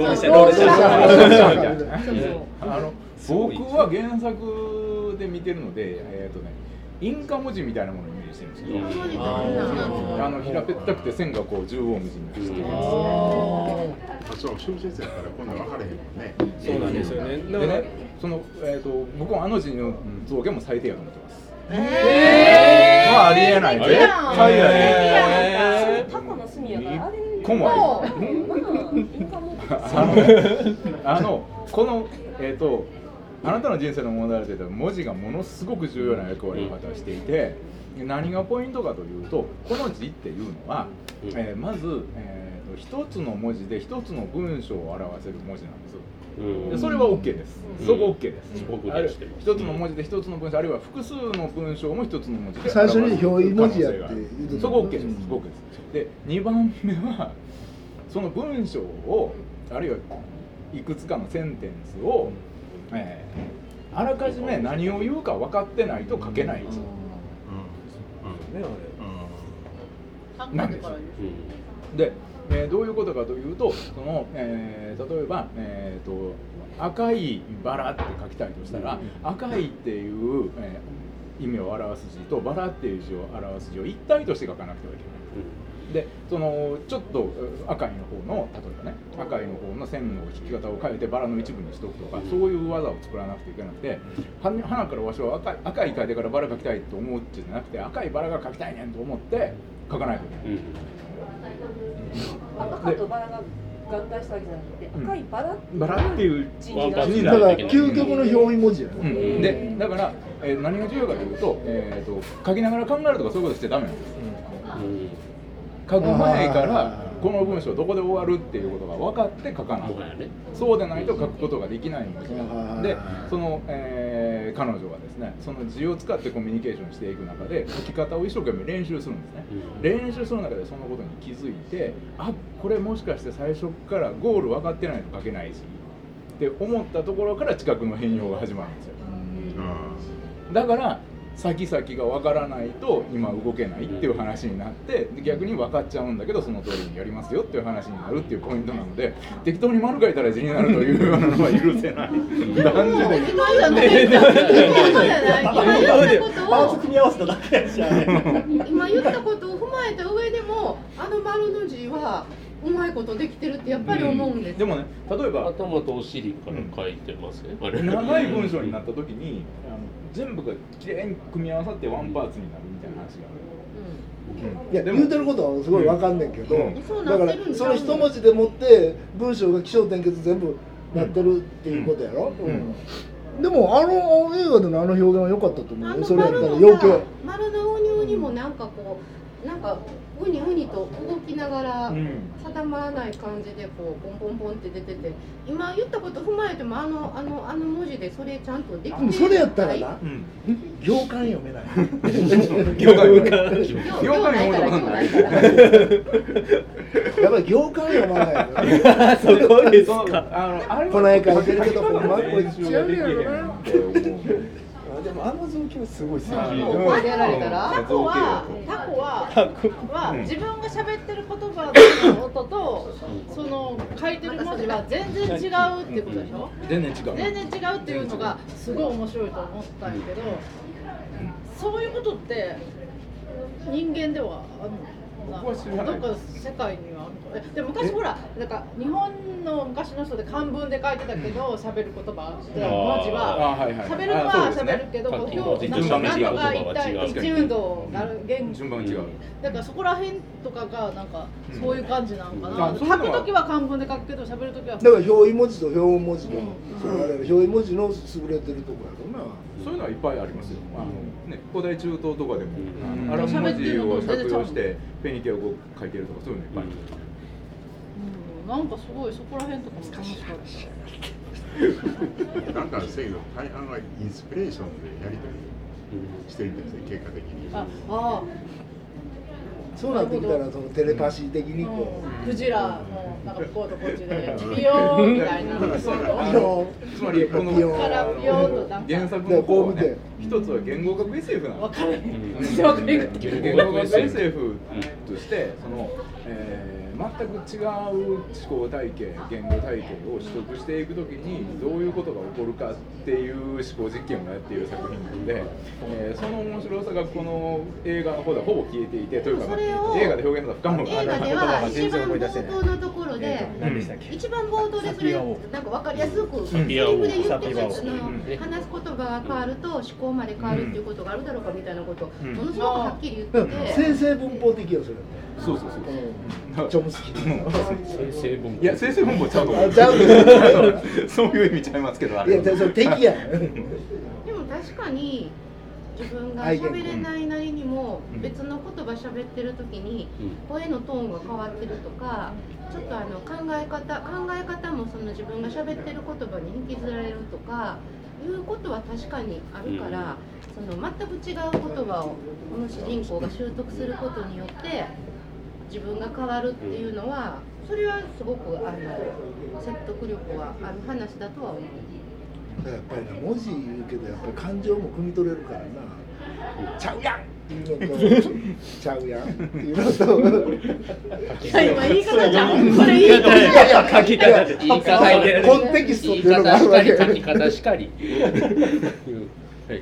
僕は原作で見てるのでインカ文字みたいなものをイメージしてるんですけど平べったくて線がこう縦横無尽にしてるやつ。 そう小説やったら今度分かれへんもんね。 そうなんですよね。 でね僕は字の造形も最低やと思ってます。まあありえないね。 タコの隅やからあれこのあなたの人生の物語で文字がものすごく重要な役割を果たしていて、何がポイントかというとこの字っていうのは、まず、一つの文字で一つの文章を表せる文字なんです。でそれは OK です。そこ OK です。一つの文字で一つの文章あるいは複数の文章も一つの文字で最初に表意文字やってそこ OK です。僕です。で2番目はその文章をあるいはいくつかのセンテンスを、あらかじめ何を言うか分かってないと書けない字なんです。でどういうことかというと例えば、赤いバラって書きたいとしたら、赤いっていう、意味を表す字とバラっていう字を表す字を一体として書かなくてはいけない。でちょっと赤いの方の例えばね赤いの方の線の引き方を変えてバラの一部にしとくとかそういう技を作らなくていけなくて花からわしは赤い書いてからバラ書きたいと思ってじゃなくて赤いバラが書きたいねんと思って書かないといけない。 赤とバラが合体したわけじゃなくて、赤いバラっていう字になる。だから究極の表意文字やね。 でだから、何が重要かというと、書きながら考えるとかそういうことしてダメなんです。書く前からこの文章どこで終わるっていうことが分かって書かない。そうでないと書くことができないんですよ。で彼女はですねその字を使ってコミュニケーションしていく中で書き方を一生懸命練習するんですね。練習する中でそのことに気づいてこれもしかして最初からゴール分かってないと書けないしって思ったところから近くの変容が始まるんですよ。だから先々が分からないと今動けないっていう話になって、逆に分かっちゃうんだけどその通りにやりますよっていう話になるっていうポイントなので、適当に丸書いたら字になるというようなのは許せない。男児で適当じゃない。 パーツ組み合わせただけやし。 今言ったことを踏まえた上でもあの丸の字はうまいことできてるってやっぱり思うんです。 でもね、例えば頭とお尻から書いてますね。 長い文章になった時に全部がきれいに組み合わさってワンパーツになるみたいな話がある。 いや言うてることはすごいわかんねんけど、だからその一文字でもって文章が起承転結全部なってるっていうことやろ。でもあの映画でのあの表現は良かったと思うよ。それやったら余計丸のウニウニもなんかこうなんかウニウニと動きながら定まらない感じでこうポンポンポンって出てて、今言ったこと踏まえてもあの文字でそれちゃんとできてる。 それやったらな、行間読めない。 行間読めない。 やっぱり行間読まないよ。 そこですか。 この絵描いてるけどほんまこいつ違うやろな。 でもあの造形はすごい好き。 タコは自分が喋ってる言葉の音とその書いてる文字は全然違うってことでしょ。 全然違うっていうのがすごい面白いと思ったんやけど、そういうことって人間ではあるの？どっか世界にはあるの？で昔ほらなんか日本の昔の人で漢文で書いてたけど喋る言葉って文字は喋るのは喋るけど表なんとか一体一運動が順番が違う。 だからそこら辺とかがなんかそういう感じなのかな。書くときは漢文で書くけど喋るときは。 だから表意文字と表音文字の表意文字の優れてるとこやろな。 そういうのはいっぱいありますよ。古代中東とかでもアラブ文字を借用してフェニキア語を書いてるとかそういうのいっぱいある。 なんかすごいそこら辺とかも楽しかった。 なんかせいの大半はインスピレーションでやり取りしてるんですね、結果的に。 そうなってきたらそのテレパシー的にこうクジラのなんか向こうとこっちでピヨーンみたいな。 つまりこの原作の方はね、一つは言語学 SF なの。言語学 SF としてその全く違う思考体系、言語体系を取得していくときにどういうことが起こるかっていう思考実験をやっている作品なので、その面白さがこの映画の方ではほぼ消えていて、というか映画で表現された不可能映画では一番冒頭のところで、一番冒頭でそれなんか分かりやすくセリフで言ってた話す言葉が変わると思考まで変わるっていうことがあるだろうかみたいなことをものすごくはっきり言ってて、 生成文法的よそれ。 そう。 チョムスキー。 生成文法。 いや生成文法ちゃうと思う。そういう意味ちゃいますけど。 いやそれ敵や。 でも確かに自分が喋れないなりにも別の言葉喋ってる時に声のトーンが変わってるとか、ちょっと考え方もその自分が喋ってる言葉に引きずられるとかいうことは確かにあるから、その全く違う言葉をこの主人公が習得することによって自分が変わるっていうのは、それはすごく説得力はある話だとは思う。 やっぱりな、文字言うけどやっぱり感情も汲み取れるからな。ちゃうやんっていうのとちゃうやんっていうのと今言い方ちゃう。これ言い方。 いや書き方で言い方コンテキストっていうのがあるわけ。 書き方しかり。はい。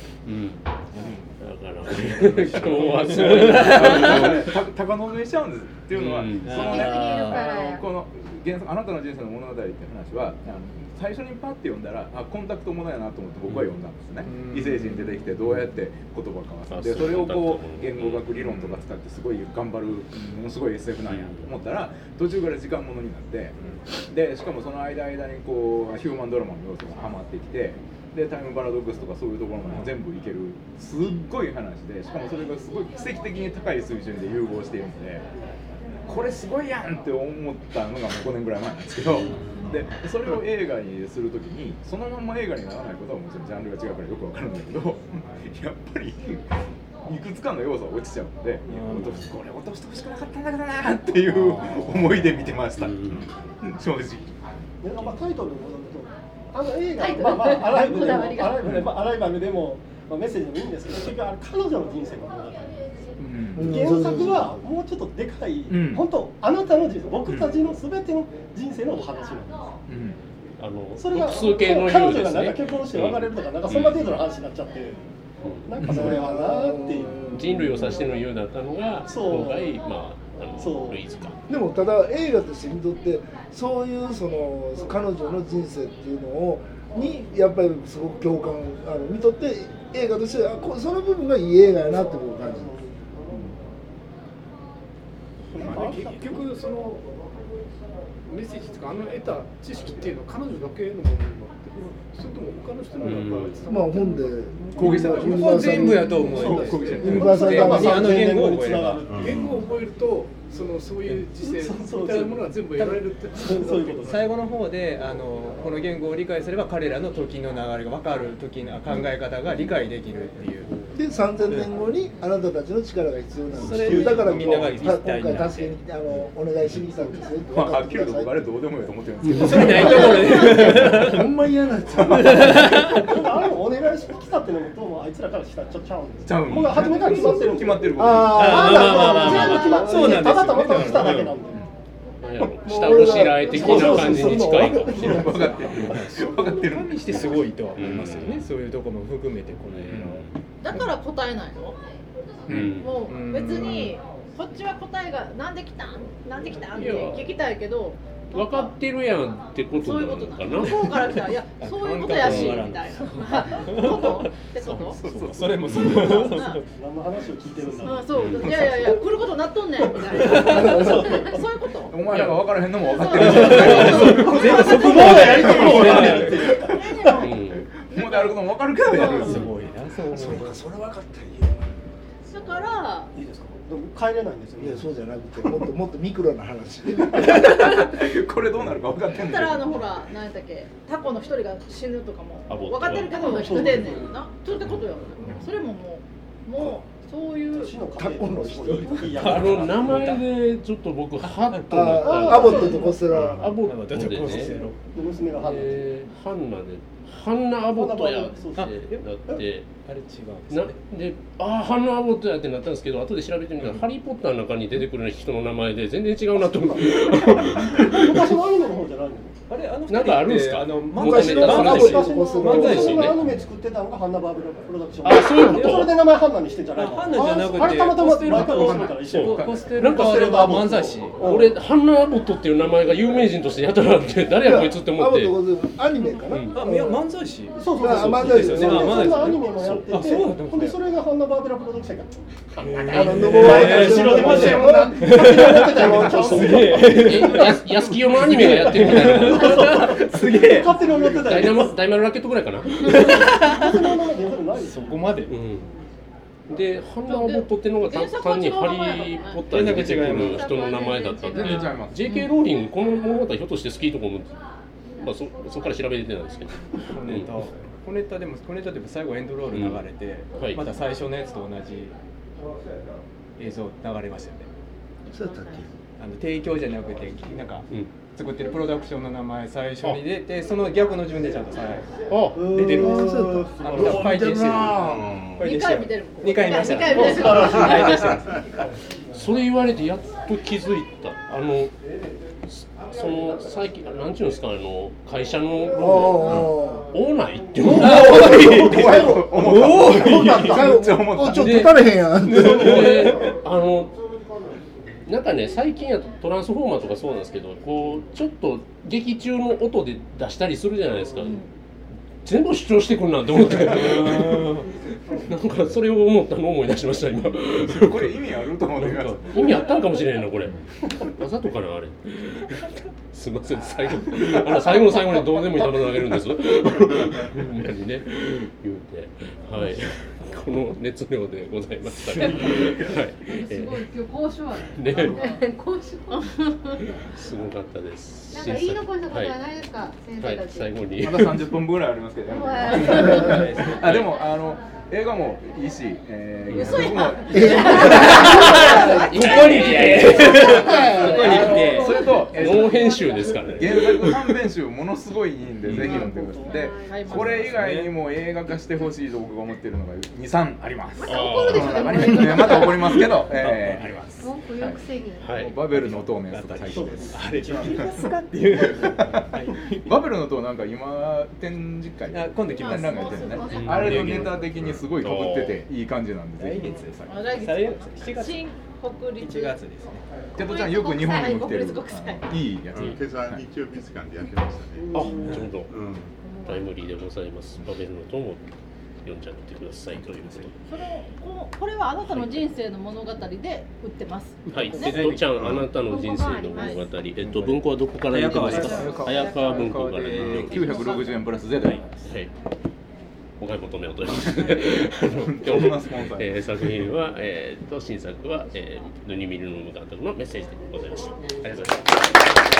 だから今日はすごい高飲みしちゃうんですっていうのは、そのね、この原作あなたの人生の物語っていう話は最初にパッて読んだらコンタクトものやなと思って僕は読んだんですね。異星人出てきてどうやって言葉交わすで、それをこう言語学理論とか使ってすごい頑張るものすごい SF なんやと思ったら、途中から時間ものになって、でしかもその間にこうヒューマンドラマの要素がはまってきて、でタイムパラドックスとかそういうところまで全部いけるすっごい話で、しかもそれがすごい奇跡的に高い水準で融合しているので、これすごいやんって思ったのがもう5年ぐらい前なんですけど、でそれを映画にするときにそのまま映画にならないことはもちろんジャンルが違うからよくわかるんだけど、やっぱりいくつかの要素が落ちちゃうので、これ落としてほしくなかったんだけどなっていう思いで見てました、正直。 タイトルに戻ると映画アライバルでもまあ、メッセージでもいいんですけど、結局彼女の人生の物語なんですよ。原作はもうちょっとでかい、本当あなたの人生、僕たちのすべての人生のお話なんです。それが彼女がなんか結婚して別れるとか、なんかそんな程度の話になっちゃって、なんかそれはなっていう。 人類を指しての言うだったのが今回まあルイーズか。 でもただ映画として見とってそういうその彼女の人生っていうのをにやっぱりすごく共感見とって映画としてその部分がいい映画やなって僕感じます。結局そのメッセージとか得た知識っていうのは彼女だけのものになってる。それとも他の人のやっぱまあ本で講義者は全部やと思う。 ユニバーサル言語を覚えれば言語を覚えるとそういう時世みたいなものが全部得られるってそういうこと。 最後の方でこの言語を理解すれば彼らの時の流れが分かる時の考え方が理解できるっていう。 で3000年後にあなたたちの力が必要なんです。だからみんなが今回助けに来てお願いしに来たんですよ。 まあはっきりと僕あれどうでもいいと思ってるんですけど。 それないところで。 ほんま嫌なやつ。 お願いしに来たっていうのもどうもあいつらからしたらちょっとちゃうんです。 ちゃう。 もう初めから決まってる。 決まってる。 そうなんです。 ただたまたま来ただけなんで。 下ごしらえ的な感じに近いかもしれない。 分かってる。 にしてすごいとは思いますよね。そういうところも含めてこの映画。だから答えないの？もう別にこっちは答えがなんで来たんって聞きたいけど。 分かってるやんってことなのかな。 向こうから来たらいやそういうことやしみたいな。ことってこと？ それもそう。 何の話を聞いてるんだ。 そういや来ることなっとんねんみたいな。そういうこと。 お前らが分からへんのも分かってる。 全部そこまでやりとりもやるっていう。 もうであることも分かるけどやる。 すごいな。 そうかそれ分かったらいいよ。 だからいいですか。帰れないんですよ。 いやそうじゃなくてもっとミクロな話。 これどうなるか分かってんの。 だったらほら何だっけタコの一人が死ぬとかも分かってるけど人出んねんな。そうってことよ。それももうそういうタコの一人。 名前でちょっと僕ハッとなったアボットとコステロ。 アボットでね。 娘がハンナで。ハンナ・アボットやってなってあれ違うでハンナ・アボットやってなったんですけど後で調べてみたら、ハリー・ポッターの中に出てくる人の名前で全然違うなと思って。 昔のアニメの方じゃないの？ あれなんかあるんですか？ 昔の漫才師ね。アニメ作ってたのがハンナ・バーベラプロダクション。 あ、そういうこと。 それで名前ハンナにしてんじゃないの？ ハンナじゃなくてあれたまたま毎回忘れたら一緒。 コステロバーは漫才師。 俺ハンナ・アボットっていう名前が有名人としてやたらって誰やこいつって思って。 アニメかな？ 漫才師。 そう漫才師ですよね。 そんなアニメもやってて、ほんでそれがハンナ・バーベラプロダクションが。 白でましたよ。 すげえ。安清のアニメがやってるみたいな。 すげえ。勝手に思ってた。 ダイマルラケットぐらいかな。 そこまで。 で、ハンナ・アボットっていうのが単にハリー・ポッターに出てくる人の名前だったんで、J.K. ローリングこの物語ひょっとして好きとかも、まあそこから調べてないんですけど。 小ネタでも最後エンドロール流れて、また最初のやつと同じ映像流れましたよね。 そうだったっけ？ 提供じゃなくてなんか作ってるプロダクションの名前最初に出て、その逆の順でちゃんと出てるんです。回転してる。 2回見てる。 2回見ました。 それ言われてやっと気づいた。その最近なんていうんですか会社のオーナイっていうのちょっと立たれへんやん。 でなんかね最近やとトランスフォーマーとかそうなんですけどこうちょっと劇中の音で出したりするじゃないですか。全部主張してくるなと思ってなんかそれを思ったのを思い出しました今。 これ意味あると思うんだけど意味あったんかもしれないなこれ。わざとかなあれ。すみません最後の最後にどうでもいい球投げるんです。みんなにね言うてはいこの熱量でございました。はい。 すごい今日交渉はね。 交渉。 すごかったです。 なんか言い残したことはないですか、先生たち。 最後にまだ30分ぐらいありますけどね。でも映画もいいし、 嘘やん。 曲もここに来てそれとノー編集ですからね。 原作短編集ものすごいいいんで、ぜひ読んでください。で、これ以外にも映画化してほしいと僕が思っているのが2、3あります。 また怒るでしょ。 また怒りますけど、あります。 文句言うくせに。 バベルの塔のやつが最高です。 あれ聞きますかっていう。 バベルの塔なんか今展示会今度来ます。 なんかやってるね。あれのネタ的にすごい被ってていい感じなんで、 来月です。 7月。新国立。 1月ですね。 ケトちゃんよく日本にも来てる。いいやつ。 今朝日曜美術館でやってましたね。 あ、ちょうどタイムリーでございます。バベルの塔も読んじゃってくださいということで。 これはあなたの人生の物語で売ってます。 はい。ケトちゃん、あなたの人生の物語。文庫はどこから出てますか？早川文庫から出て 960円プラス税で。はい。 お買い求めをということで作品は、新作は、ヌニミルノム監督のメッセージでございました。ありがとうございます。